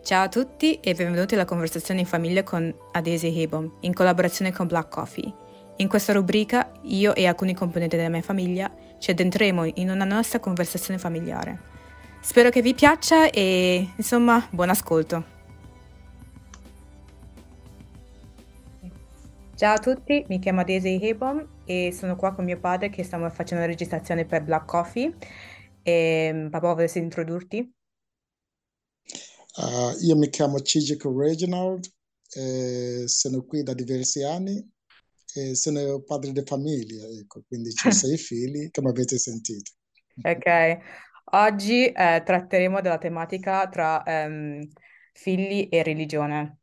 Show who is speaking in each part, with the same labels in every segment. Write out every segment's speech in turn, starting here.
Speaker 1: Ciao a tutti e benvenuti alla conversazione in famiglia con Adesi Hebom, in collaborazione con Black Coffee. In questa rubrica, io e alcuni componenti della mia famiglia ci addentreremo in una nostra conversazione familiare. Spero che vi piaccia e, insomma, buon ascolto. Ciao a tutti, mi chiamo Adesi Hebom e sono qua con mio padre che stiamo facendo la registrazione per Black Coffee. Papà, vorresti introdurti?
Speaker 2: Io mi chiamo Cigico Reginald, sono qui da diversi anni e sono padre di famiglia, ecco, quindi ho 6 figli, come avete sentito.
Speaker 1: Ok, oggi tratteremo della tematica tra figli e religione.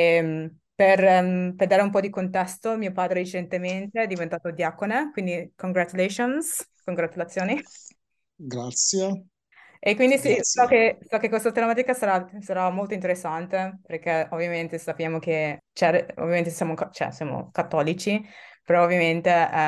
Speaker 1: Per dare un po' di contesto, mio padre recentemente è diventato diacone, quindi congratulazioni.
Speaker 2: Grazie,
Speaker 1: E quindi sì,
Speaker 2: grazie.
Speaker 1: so che questa tematica sarà molto interessante, perché ovviamente sappiamo che, ovviamente siamo cattolici, però ovviamente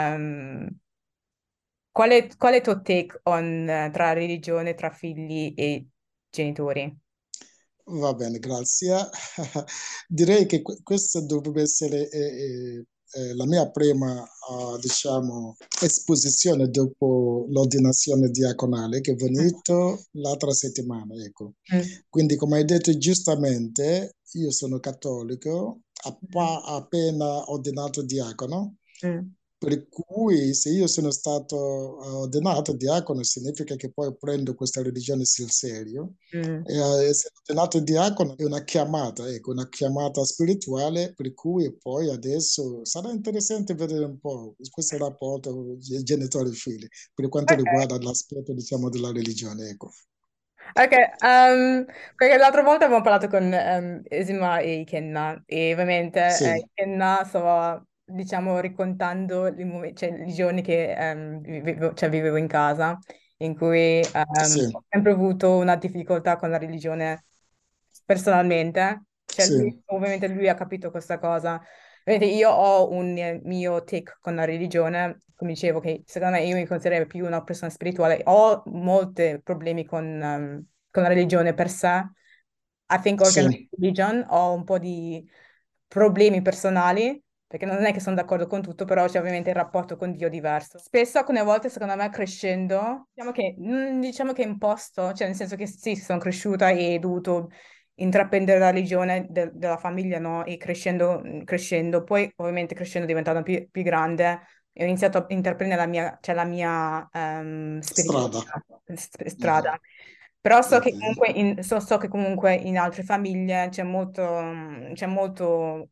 Speaker 1: qual è il tuo take tra religione, tra figli e genitori?
Speaker 2: Va bene, grazie. Direi che questa dovrebbe essere la mia prima, diciamo, esposizione dopo l'ordinazione diaconale che è venuto l'altra settimana, ecco.
Speaker 1: Mm,
Speaker 2: Quindi, come hai detto giustamente, io sono cattolico,
Speaker 1: mm,
Speaker 2: appena ordinato diacono.
Speaker 1: mm,
Speaker 2: Per cui se io sono stato ordinato diacono significa che poi prendo questa religione sul serio.
Speaker 1: mm.
Speaker 2: E, essere ordinato diacono è una chiamata, ecco, una chiamata spirituale, per cui poi adesso sarà interessante vedere un po' questo rapporto genitori-figli per quanto
Speaker 1: Ok,
Speaker 2: riguarda l'aspetto, diciamo, della religione, ecco.
Speaker 1: ok, perché l'altra volta abbiamo parlato con Esima e Ikenna e ovviamente
Speaker 2: Sì,
Speaker 1: Ikenna stava, diciamo, raccontando i giorni che vivevo in casa, in cui
Speaker 2: sì,
Speaker 1: ho sempre avuto una difficoltà con la religione personalmente. Cioè,
Speaker 2: sì,
Speaker 1: ovviamente lui ha capito questa cosa. Vedete, io ho un mio take con la religione, come dicevo, che secondo me io mi considero più una persona spirituale, ho molti problemi con la religione per sé. I think organized
Speaker 2: sì.
Speaker 1: religion, ho un po' di problemi personali, perché non è che sono d'accordo con tutto, però c'è ovviamente il rapporto con Dio diverso. Spesso, alcune volte, secondo me, crescendo, diciamo che è imposto, cioè nel senso che sì, sono cresciuta e ho dovuto intraprendere la religione della famiglia, no? E crescendo, poi ovviamente crescendo, diventando più grande, ho iniziato a intraprendere la mia
Speaker 2: Strada.
Speaker 1: spiritualità,
Speaker 2: Mhm.
Speaker 1: strada. Però
Speaker 2: Ok.
Speaker 1: so che comunque in altre famiglie c'è molto,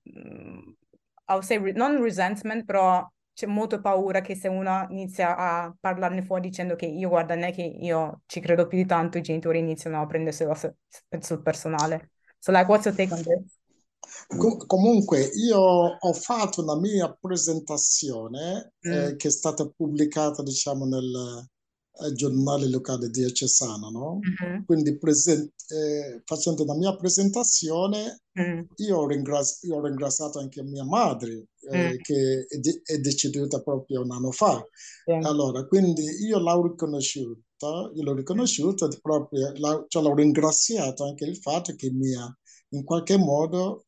Speaker 1: I would say, non resentment, però c'è molto paura che se uno inizia a parlarne fuori dicendo che io, guarda, non è che io ci credo più di tanto, i genitori iniziano a prenderselo sul personale. So, like, what's your take on this?
Speaker 2: Comunque, io ho fatto una mia presentazione
Speaker 1: Mm,
Speaker 2: che è stata pubblicata, diciamo, nel giornale locale diocesano, no?
Speaker 1: mhm,
Speaker 2: Quindi, facendo la mia presentazione,
Speaker 1: mm,
Speaker 2: io ho ringraziato anche mia madre,
Speaker 1: mm,
Speaker 2: che è deceduta proprio un anno fa.
Speaker 1: sì,
Speaker 2: Allora, quindi io l'ho riconosciuta proprio, cioè l'ho ringraziato anche il fatto che mi ha in qualche modo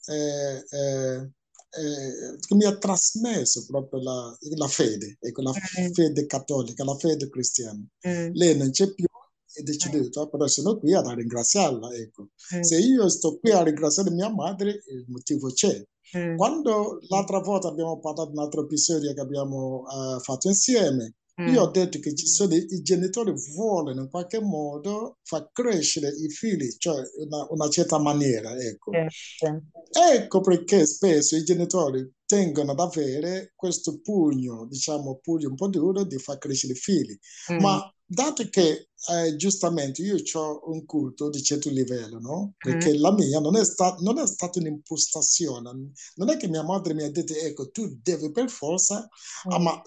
Speaker 2: che mi ha trasmesso proprio la fede, ecco, la
Speaker 1: mm,
Speaker 2: fede cattolica, la fede cristiana.
Speaker 1: mm,
Speaker 2: Lei non c'è più, è
Speaker 1: mm,
Speaker 2: deceduta, però sono qui a ringraziarla, ecco.
Speaker 1: mm,
Speaker 2: Se io sto qui a ringraziare mia madre, il motivo c'è.
Speaker 1: mm,
Speaker 2: Quando l'altra volta abbiamo parlato di un altro episodio che abbiamo fatto insieme, io ho
Speaker 1: mm,
Speaker 2: detto che ci sono i genitori vogliono in qualche modo far crescere i figli, cioè una certa maniera,
Speaker 1: sì,
Speaker 2: ecco.
Speaker 1: sì,
Speaker 2: Ecco perché spesso i genitori tengono ad avere questo pugno, diciamo, pugno un po' duro di far crescere i figli.
Speaker 1: mm,
Speaker 2: Ma dato che giustamente io ho un culto di certo livello, no?
Speaker 1: mm,
Speaker 2: Perché la mia non è stata un'impostazione, non è che mia madre mi ha detto, ecco, tu devi per forza,
Speaker 1: mm,
Speaker 2: ma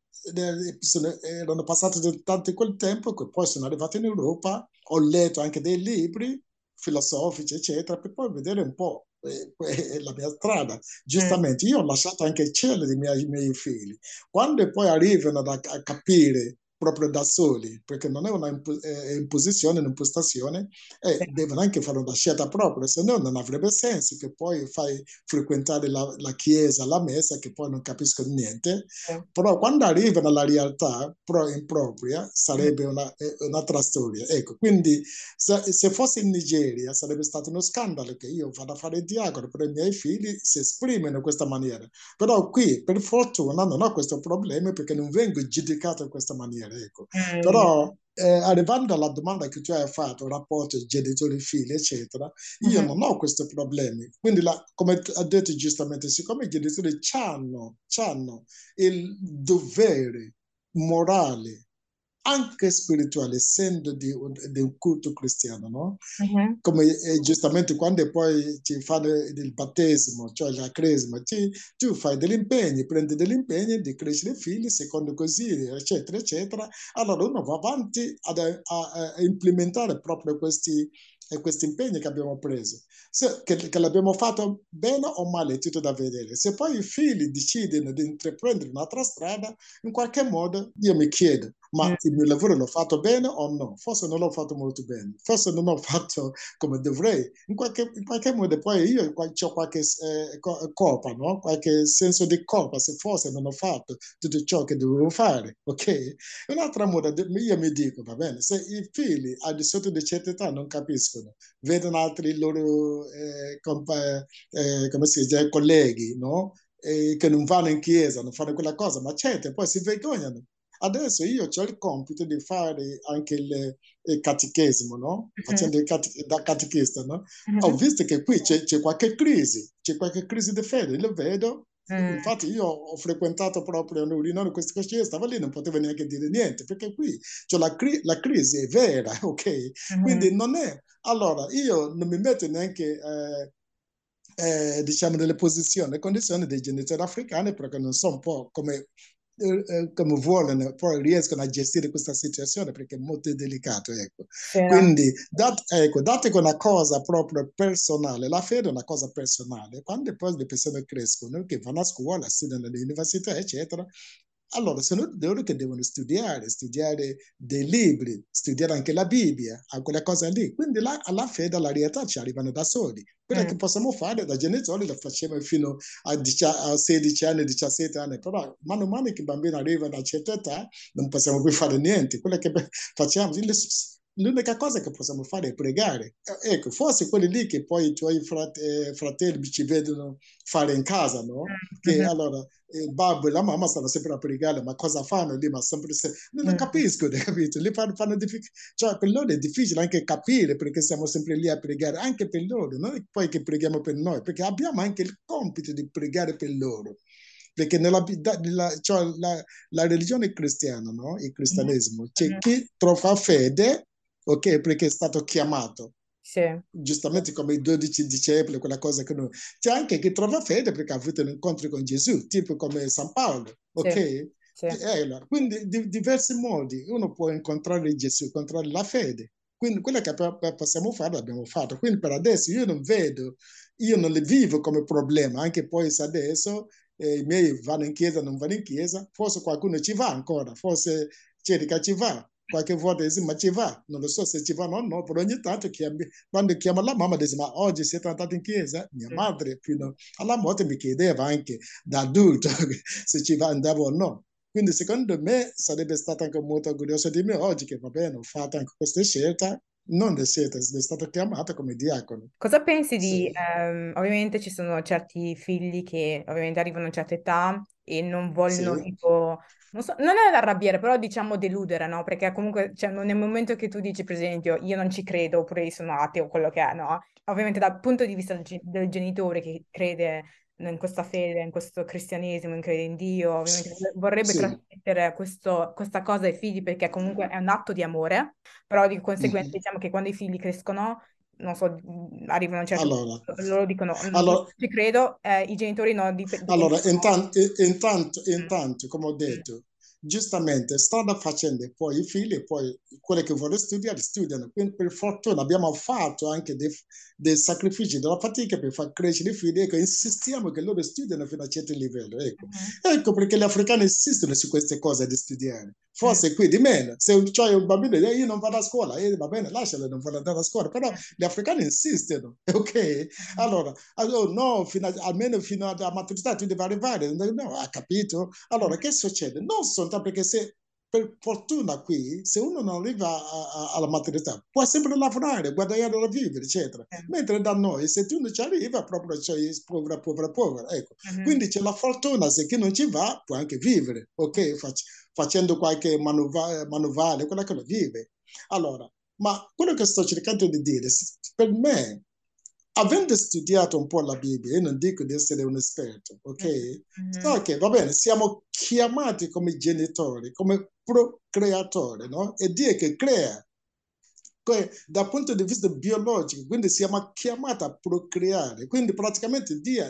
Speaker 2: erano passati tanto quel tempo che poi sono arrivato in Europa, ho letto anche dei libri filosofici, eccetera, per poi vedere un po' la mia strada.
Speaker 1: mm,
Speaker 2: Giustamente, io ho lasciato anche il cielo dei miei figli. Quando poi arrivano a capire proprio da soli, perché non è imposizione, un'impostazione,
Speaker 1: Sì.
Speaker 2: e devono anche fare una scelta propria, se no non avrebbe senso che poi fai frequentare la chiesa, la messa, che poi non capiscono niente,
Speaker 1: Sì.
Speaker 2: però quando arrivano alla realtà impropria
Speaker 1: Mhm.
Speaker 2: sarebbe un'altra storia. Ecco, quindi se fosse in Nigeria sarebbe stato uno scandalo che io vado a fare il diacono, però i miei figli si esprimono in questa maniera. Però qui, per fortuna, non ho questo problema perché non vengo giudicato in questa maniera. Ecco.
Speaker 1: Mm.
Speaker 2: Però arrivando alla domanda che tu hai fatto, rapporto genitori-figli, eccetera, io
Speaker 1: Mhm.
Speaker 2: non ho questi problemi. Quindi, come ha detto giustamente, siccome i genitori hanno il dovere morale, anche spirituale, essendo di un culto cristiano, no?
Speaker 1: Mhm.
Speaker 2: Come giustamente quando poi ci fanno il battesimo, cioè la cresima, tu fai degli impegni, prendi degli impegni di crescere figli, secondo così, eccetera, eccetera. Allora uno va avanti a implementare proprio questi impegni che abbiamo preso. Che l'abbiamo fatto bene o male è tutto da vedere. Se poi i figli decidono di intraprendere un'altra strada, in qualche modo io mi chiedo, ma il mio lavoro l'ho fatto bene o no? Forse non l'ho fatto molto bene, forse non l'ho fatto come dovrei. In qualche modo poi io ho qualche colpa, no? Qualche senso di colpa se forse non ho fatto tutto ciò che dovevo fare, ok? In un'altra modo io mi dico, va bene, se i figli al di sotto di certa età non capiscono, vedono altri loro come si dice, colleghi, no? Che non vanno in chiesa, non fanno quella cosa, ma certo, poi si vergognano. Adesso io ho il compito di fare anche il catechesimo, no?
Speaker 1: Mhm.
Speaker 2: Facendo da catechista, no? Ho
Speaker 1: Mhm.
Speaker 2: visto che qui c'è qualche crisi di fede, lo vedo.
Speaker 1: Mm.
Speaker 2: Infatti io ho frequentato proprio una riunione questa cosa, stavo lì, non potevo neanche dire niente, perché qui c'è la crisi è vera, ok?
Speaker 1: Mhm.
Speaker 2: Quindi non è... Allora, io non mi metto neanche diciamo, nelle posizioni, le condizioni dei genitori africani perché non so un po' come vogliono, poi riescono a gestire questa situazione perché è molto delicato. Ecco.
Speaker 1: Sì, no?
Speaker 2: Quindi, date che una cosa proprio personale, la fede è una cosa personale, quando poi le persone crescono, che vanno a scuola, studiano all'università, eccetera, allora sono loro che devono studiare dei libri, studiare anche la Bibbia, a quella cosa lì. Quindi alla fede, alla realtà ci arrivano da soli. Quello
Speaker 1: Mm.
Speaker 2: che possiamo fare da genitori lo facciamo fino a 16 anni, 17 anni, però mano a mano che i bambini arrivano a una certa età non possiamo più fare niente. Quello che facciamo, l'unica cosa che possiamo fare è pregare. Ecco, forse quelli lì che poi i tuoi fratelli ci vedono fare in casa, no? Che
Speaker 1: Mhm.
Speaker 2: allora il babbo e la mamma stanno sempre a pregare, ma cosa fanno lì? Ma sempre non
Speaker 1: Mm.
Speaker 2: capiscono, capito? Lì cioè, per loro è difficile anche capire perché siamo sempre lì a pregare, anche per loro, non poi che preghiamo per noi, perché abbiamo anche il compito di pregare per loro. Perché cioè, la religione cristiana, no? Il
Speaker 1: Mhm.
Speaker 2: cristianesimo, c'è
Speaker 1: Mhm.
Speaker 2: chi trova fede, ok, perché è stato chiamato
Speaker 1: Sì,
Speaker 2: giustamente come i 12 discepoli, quella cosa che noi... C'è anche chi trova fede perché ha avuto un incontro con Gesù, tipo come San Paolo,
Speaker 1: sì,
Speaker 2: ok?
Speaker 1: sì.
Speaker 2: Quindi diversi modi uno può incontrare Gesù, incontrare la fede. Quindi quello che possiamo fare l'abbiamo fatto. Quindi per adesso io non vedo, io non le vivo come problema, anche poi se adesso i miei vanno in chiesa, non vanno in chiesa, forse qualcuno ci va ancora, forse cerca ci va, qualche volta dice ma ci va, non lo so se ci va o no, però ogni tanto quando chiama la mamma dice ma oggi siete andati in chiesa? Mia
Speaker 1: Mm.
Speaker 2: madre fino alla morte mi chiedeva anche da adulto se ci andavo o no. Quindi secondo me sarebbe stato anche molto orgoglioso di me oggi che va bene, ho fatto anche questa scelta, non le scelte, sono stato chiamato come diacono.
Speaker 1: Cosa pensi di,
Speaker 2: Sì,
Speaker 1: ovviamente ci sono certi figli che ovviamente arrivano a una certa età e non vogliono
Speaker 2: sì,
Speaker 1: tipo, non so, non è da arrabbiare, però diciamo deludere, no? Perché comunque cioè, nel momento che tu dici, per esempio, io non ci credo oppure io sono ateo o quello che è, no? Ovviamente dal punto di vista del genitore che crede in questa fede, in questo cristianesimo, in crede in Dio, ovviamente vorrebbe
Speaker 2: sì.
Speaker 1: trasmettere questa cosa ai figli perché comunque è un atto di amore, però di conseguenza
Speaker 2: Mhm.
Speaker 1: diciamo che quando i figli crescono non so, arrivano a un certo
Speaker 2: Allora,
Speaker 1: punto, loro dicono,
Speaker 2: allora,
Speaker 1: ci credo, i genitori no, dicono,
Speaker 2: Allora,
Speaker 1: no. Mm,
Speaker 2: intanto, come ho
Speaker 1: mm,
Speaker 2: detto, giustamente strada facendo poi i figli, e poi quelli che vogliono studiare, studiano. Quindi per fortuna abbiamo fatto anche dei sacrifici, della fatica per far crescere i figli. Ecco, insistiamo che loro studiano fino a un certo livello. Ecco.
Speaker 1: mhm,
Speaker 2: Ecco perché gli africani insistono su queste cose di studiare. forse qui di meno. Se c'è un bambino e io non vado a scuola, va bene, lascialo, non vado andare a scuola, però gli africani insistono, ok? Allora no, almeno fino alla maturità tu devi arrivare, no, ha capito? Allora, che succede? Non soltanto perché se per fortuna qui, se uno non arriva alla maturità, può sempre lavorare, guadagnare da vivere, eccetera. Mentre da noi, se tu non ci arrivi, proprio sei povera, povera, povera. Ecco. Quindi c'è la fortuna, se chi non ci va, può anche vivere, ok? Facendo qualche manovale, quella che lo vive. Allora, ma quello che sto cercando di dire, per me, avendo studiato un po' la Bibbia, io non dico di essere un esperto, ok? So che va bene, siamo chiamati come genitori, come procreatori, no? E Dio che crea. Dal punto di vista biologico, quindi siamo chiamati a procreare, quindi praticamente Dio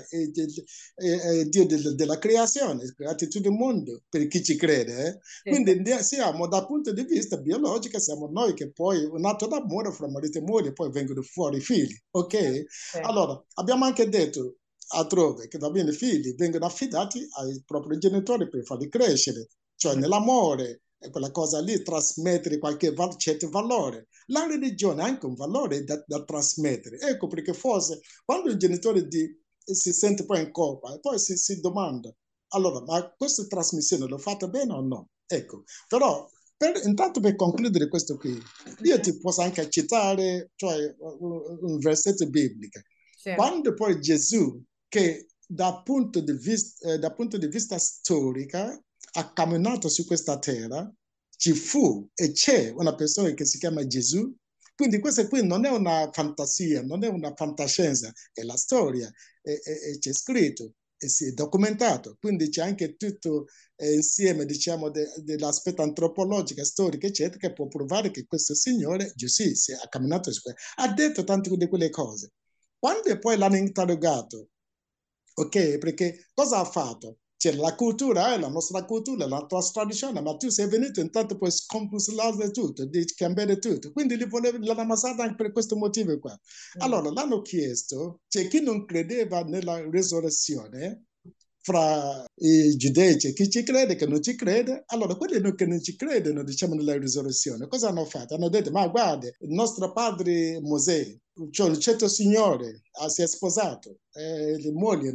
Speaker 2: è Dio della creazione, ha creato tutto il mondo per chi ci crede. Quindi siamo dal punto di vista biologico, siamo noi che poi un atto d'amore fra marito e moglie, poi vengono fuori i figli, ok? Allora, abbiamo anche detto altrove che va bene, i figli vengono affidati ai propri genitori per farli crescere, cioè nell'amore, quella cosa lì, trasmettere qualche certo valore. La religione ha anche un valore da trasmettere. Ecco perché forse quando il genitore si sente poi in colpa, poi si domanda, allora, ma questa trasmissione l'ho fatta bene o no? Ecco, però intanto per concludere questo qui, io ti posso anche citare cioè, un versetto biblico. Quando poi Gesù, che dal punto di vista storico, ha camminato su questa terra, ci fu e c'è una persona che si chiama Gesù. Quindi questa qui non è una fantasia, non è una fantascienza, è la storia, c'è scritto e si è documentato. Quindi c'è anche tutto insieme, diciamo, dell'aspetto antropologico, storico, eccetera, che può provare che questo signore, Gesù, ha camminato su questo, ha detto tante di quelle cose. Quando poi l'hanno interrogato, ok, perché cosa ha fatto? C'è la cultura, la nostra cultura, la tua tradizione, ma tu sei venuto intanto puoi scomputare tutto, di cambiare tutto. Quindi l'hanno ammazzato anche per questo motivo qua. Allora, l'hanno chiesto, c'è chi non credeva nella risurrezione, fra i giudei c'è chi ci crede, che non ci crede. Allora, quelli che non ci credono, diciamo, nella risurrezione, cosa hanno fatto? Hanno detto, ma guarda, il nostro padre Mosè, cioè un certo signore si è sposato, la moglie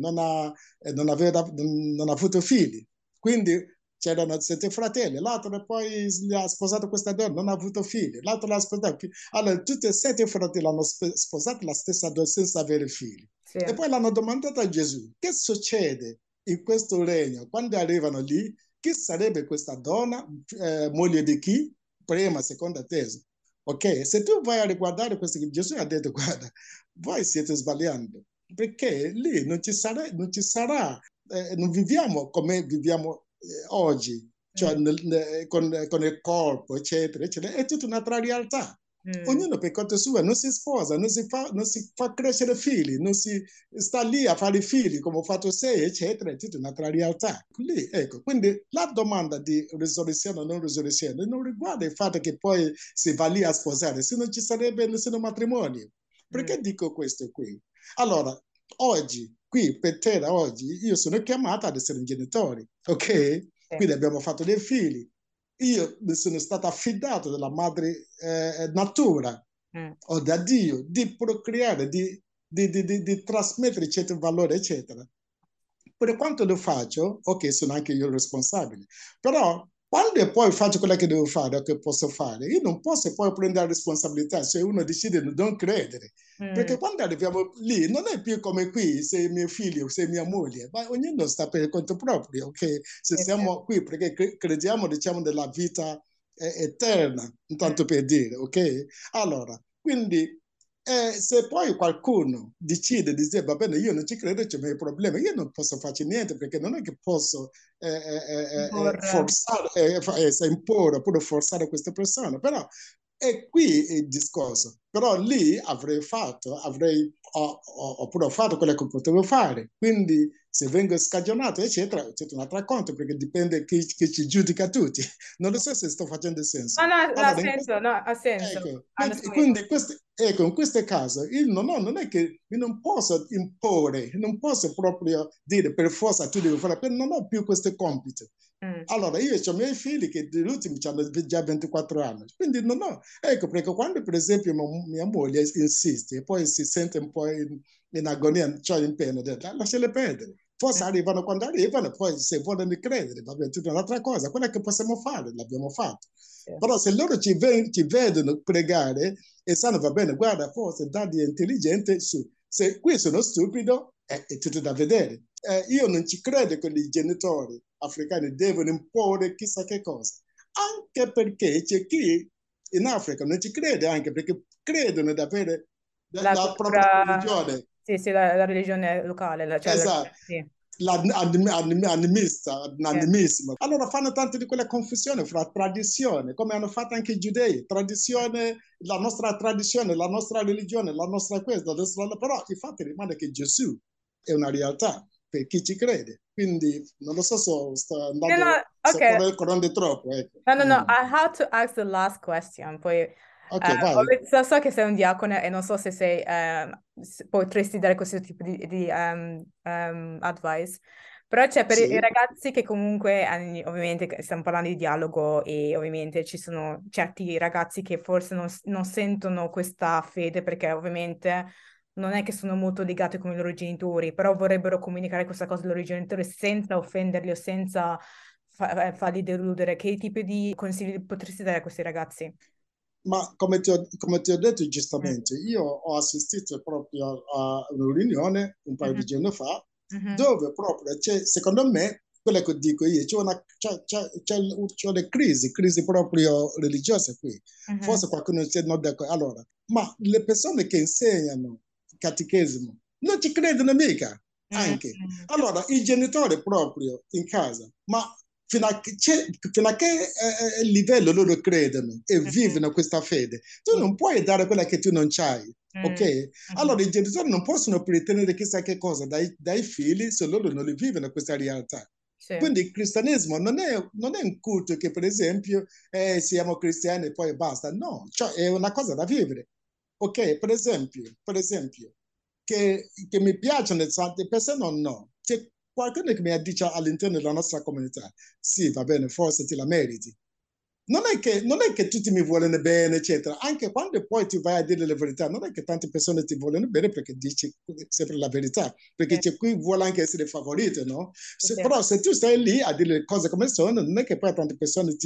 Speaker 2: non ha avuto figli, quindi c'erano 7 fratelli, l'altro poi ha sposato questa donna, non ha avuto figli, l'altro l'ha sposato. Allora, tutti e 7 fratelli hanno sposato la stessa donna senza avere figli. E poi l'hanno domandato a Gesù, che succede in questo regno? Quando arrivano lì, chi sarebbe questa donna, moglie di chi? Prima, seconda, terza. Ok, se tu vai a riguardare questo che Gesù ha detto, guarda, voi siete sbagliando, perché lì non viviamo come viviamo oggi, cioè con il corpo, eccetera, eccetera, è tutta un'altra realtà. Ognuno per conto suo non si sposa, non si fa crescere figli, non si sta lì a fare figli come ho fatto sei, eccetera, è tutta un'altra realtà. Lì, ecco, quindi la domanda di risurrezione o non risurrezione non riguarda il fatto che poi si va lì a sposare, se non ci sarebbe nessun matrimonio. Perché dico questo qui? Allora, oggi, qui per terra, oggi, io sono chiamata ad essere un genitore, ok? Quindi abbiamo fatto dei figli. Io mi sono stato affidato dalla madre natura o da Dio di procreare, di trasmettere certi valori, eccetera. Per quanto lo faccio, ok, sono anche io responsabile, però quando poi faccio quello che devo fare o che posso fare, io non posso poi prendere la responsabilità se uno decide di non credere. Perché quando arriviamo lì non è più come qui, sei mio figlio, sei mia moglie, ma ognuno sta per conto proprio, ok? Se siamo qui perché crediamo, diciamo, nella vita eterna, intanto per dire, ok? Allora, quindi se poi qualcuno decide di dire va bene, io non ci credo, c'è un problema, io non posso farci niente perché non è che posso forzare, imporre oppure forzare queste persone, però è qui il discorso. Però lì avrei fatto, oppure ho fatto quello che potevo fare. Quindi Se vengo scagionato, eccetera, c'è un altro racconto, perché dipende chi ci giudica tutti. Non lo so se sto facendo
Speaker 1: No,
Speaker 2: senso.
Speaker 1: no, no, ha
Speaker 2: Allora,
Speaker 1: senso, no, ha senso.
Speaker 2: ecco,
Speaker 1: Understand.
Speaker 2: quindi ecco, in questo caso io non è che io non posso imporre, non posso proprio dire per forza tu devi fare, perché non ho più questo compito.
Speaker 1: Mm.
Speaker 2: Allora, io ho i miei figli che gli ultimi hanno già 24 anni, quindi non ho. Ecco, perché quando per esempio mia moglie insiste e poi si sente un po' in agonia, cioè in pena, lasciale perdere. Forse
Speaker 1: Mm.
Speaker 2: arrivano quando arrivano, poi se vogliono credere, va bene, tutta un'altra cosa. Quella che possiamo fare, l'abbiamo fatto.
Speaker 1: Sì.
Speaker 2: Però se loro ci vedono pregare e sanno, va bene, guarda, forse dargli intelligente, se qui sono stupido, è tutto da vedere. Io non ci credo che i genitori africani devono imporre chissà che cosa, anche perché c'è chi in Africa non ci crede, anche perché credono di avere
Speaker 1: La
Speaker 2: la propria
Speaker 1: cultura,
Speaker 2: religione.
Speaker 1: sì, sì, la religione locale, cioè
Speaker 2: Esatto,
Speaker 1: sì, sì,
Speaker 2: l'animismo. Allora fanno tante di quelle confusioni fra tradizione, come hanno fatto anche i giudei, tradizione, la nostra tradizione, la nostra religione, la nostra questa, però il fatto rimane che Gesù è una realtà per chi ci crede. Quindi non lo so se sto
Speaker 1: no, no,
Speaker 2: andando, sto
Speaker 1: ok,
Speaker 2: correndo troppo, ecco.
Speaker 1: no, no, no, I had to ask the last question, poi
Speaker 2: Ok, vai.
Speaker 1: so che sei un diacono e non so se sei, potresti dare questo tipo di advice, però c'è per i
Speaker 2: Sì.
Speaker 1: ragazzi che comunque, ovviamente stiamo parlando di dialogo e ovviamente ci sono certi ragazzi che forse non sentono questa fede perché ovviamente non è che sono molto legati come i loro genitori, però vorrebbero comunicare questa cosa ai loro genitori senza offenderli o senza farli deludere. Che tipi di consigli potresti dare a questi ragazzi?
Speaker 2: Ma come ti ho detto
Speaker 1: Mm.
Speaker 2: giustamente, io ho assistito proprio a una riunione un paio di
Speaker 1: Mhm,
Speaker 2: giorni fa,
Speaker 1: mhm,
Speaker 2: dove proprio c'è, secondo me, quello che dico io, c'è una crisi proprio religiosa qui.
Speaker 1: mhm.
Speaker 2: Forse qualcuno c'è non d'accordo. Allora, ma le persone che insegnano il catechismo non ci credono mica,
Speaker 1: Mm,
Speaker 2: anche.
Speaker 1: mm.
Speaker 2: Allora, i genitori proprio in casa, ma fino a che livello loro credono e
Speaker 1: Mhm,
Speaker 2: vivono questa fede. Tu
Speaker 1: mm,
Speaker 2: non puoi dare quella che tu non hai,
Speaker 1: mm,
Speaker 2: ok?
Speaker 1: mhm.
Speaker 2: Allora i genitori non possono pretendere chissà che cosa dai figli se loro non li vivono questa realtà.
Speaker 1: Sì.
Speaker 2: Quindi il cristianesimo non è un culto che, per esempio, siamo cristiani e poi basta. No, cioè è una cosa da vivere. Ok, per esempio che mi piacciono tante persone o no. C'è qualcuno che mi dice all'interno della nostra comunità, sì, va bene, forse te la meriti. Non è che tutti mi vogliono bene, eccetera. Anche quando poi ti vai a dire la verità, non è che tante persone ti vogliono bene perché dici sempre la verità, perché
Speaker 1: Sì,
Speaker 2: c'è chi vuole anche essere favorito, no?
Speaker 1: sì, sì.
Speaker 2: Però se tu stai lì a dire le cose come sono, non è che poi tante persone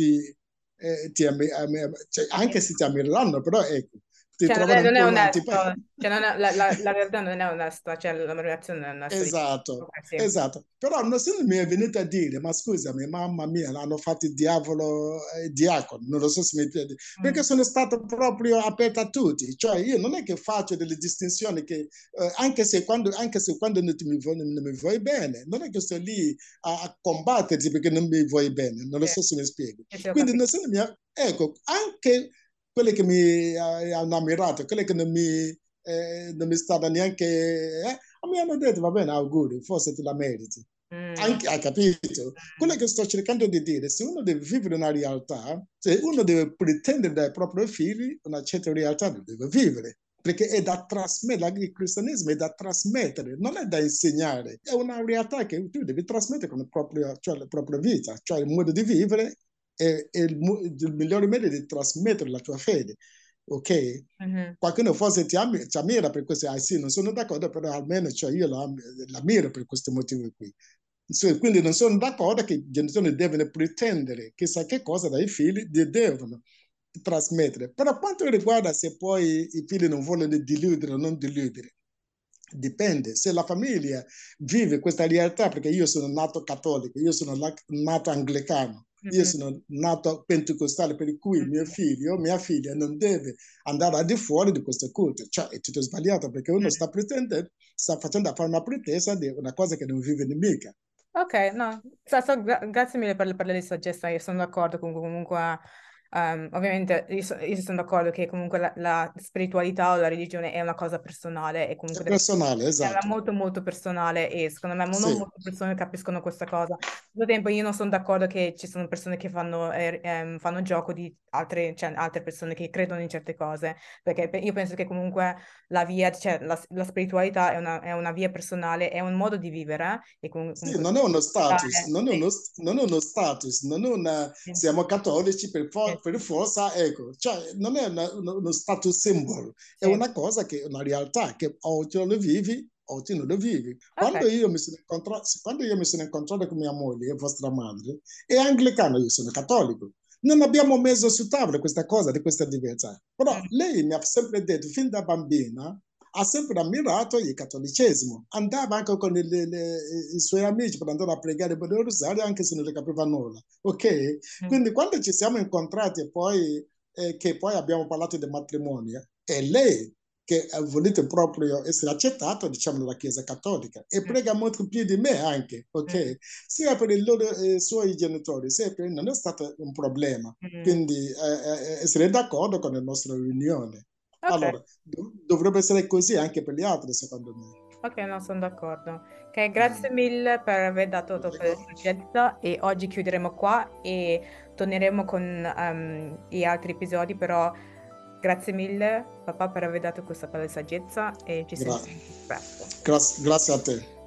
Speaker 2: cioè, anche se ti ammireranno, però ecco, ti
Speaker 1: Cioè,
Speaker 2: trovano un
Speaker 1: non è
Speaker 2: po'
Speaker 1: onesto,
Speaker 2: l'antipatia.
Speaker 1: cioè, la realtà non è onesta, cioè, la relazione non è onesta.
Speaker 2: Esatto,
Speaker 1: Ok, sì.
Speaker 2: esatto. Però nessuno mi è venuto a dire, ma scusami, mamma mia, l'hanno fatto il diavolo diacono, non lo so se mi piace, perché
Speaker 1: Mm,
Speaker 2: sono stato proprio aperto a tutti. Cioè io non è che faccio delle distinzioni che, anche se quando non mi vuoi bene, non è che sto lì a combatterti perché non mi vuoi bene, non lo
Speaker 1: sì,
Speaker 2: so se mi spiego.
Speaker 1: sì, sì, ho
Speaker 2: Quindi
Speaker 1: capito.
Speaker 2: nessuno ecco, anche quelle che mi hanno ammirato, quelle che non mi stavano neanche... mi hanno detto, va bene, auguri, forse te la meriti.
Speaker 1: Mm,
Speaker 2: Anche, hai capito? Quello
Speaker 1: mm,
Speaker 2: che sto cercando di dire, se uno deve vivere una realtà, se uno deve pretendere dai propri figli una certa realtà, lo deve vivere. Perché è da trasmettere, il cristianesimo è da trasmettere, non è da insegnare, è una realtà che tu devi trasmettere con cioè la propria vita, cioè il modo di vivere è il migliore modo di trasmettere la tua fede, ok?
Speaker 1: mhm.
Speaker 2: Qualcuno forse ti ammira per questo, sì, non sono d'accordo, però almeno cioè, io l'ammiro per questo motivo qui. Quindi non sono d'accordo che i genitori devono pretendere chissà che cosa dai figli, devono trasmettere. Però quanto riguarda se poi i figli non vogliono deludere o non deludere, dipende. Se la famiglia vive questa realtà, perché io sono nato cattolico, io sono nato anglicano, io
Speaker 1: Mhm,
Speaker 2: sono nato pentecostale, per cui mio
Speaker 1: mhm,
Speaker 2: figlio, mia figlia non deve andare al di fuori di questo culto. Cioè, è tutto sbagliato perché uno
Speaker 1: mhm.
Speaker 2: sta facendo a fare una pretesa di una cosa che non vive nemica.
Speaker 1: Ok, no, grazie mille per le suggezioni, sono d'accordo comunque, Ovviamente io sono d'accordo che comunque la spiritualità o la religione è una cosa personale e
Speaker 2: È
Speaker 1: comunque deve
Speaker 2: personale,
Speaker 1: è
Speaker 2: esatto.
Speaker 1: molto molto personale e secondo me non
Speaker 2: Sì,
Speaker 1: molte persone capiscono questa cosa. Allo stesso tempo io non sono d'accordo che ci sono persone che fanno gioco di altre, cioè, altre persone che credono in certe cose, perché io penso che comunque la via, cioè la spiritualità è una via personale, è un modo di vivere e
Speaker 2: sì,
Speaker 1: comunque
Speaker 2: non è uno status,
Speaker 1: sì,
Speaker 2: non è uno status, non è una,
Speaker 1: sì,
Speaker 2: siamo cattolici
Speaker 1: sì,
Speaker 2: per forza, ecco, cioè non è uno status symbol, è
Speaker 1: sì.
Speaker 2: una cosa che è una realtà che oggi lo vivi, oggi non lo vivi.
Speaker 1: Ok.
Speaker 2: Quando io mi sono incontrato con mia moglie, vostra madre, è anglicano, io sono cattolico. Non abbiamo messo su tavola questa cosa di questa diversa, però
Speaker 1: Mm,
Speaker 2: lei mi ha sempre detto, fin da bambina, ha sempre ammirato il cattolicesimo. Andava anche con i suoi amici per andare a pregare per il rosario anche se non ne capiva nulla. Ok?
Speaker 1: mm,
Speaker 2: Quindi quando ci siamo incontrati e poi, che poi abbiamo parlato di matrimonio, è lei che ha voluto proprio essere accettato, diciamo, nella Chiesa Cattolica e
Speaker 1: mm,
Speaker 2: prega molto più di me anche,
Speaker 1: mm,
Speaker 2: ok? Sia per i loro suoi genitori, sia per non è stato un problema.
Speaker 1: mm.
Speaker 2: Quindi essere d'accordo con le nostre riunioni.
Speaker 1: Ok.
Speaker 2: Allora, dovrebbe essere così anche per gli altri, secondo me.
Speaker 1: Ok, no, sono d'accordo. Ok, grazie mille per aver dato la tua
Speaker 2: Prego.
Speaker 1: saggezza e oggi chiuderemo qua e torneremo con gli altri episodi, però grazie mille papà per aver dato questa bella saggezza e ci
Speaker 2: Gra-
Speaker 1: sentiamo presto.
Speaker 2: grazie a te.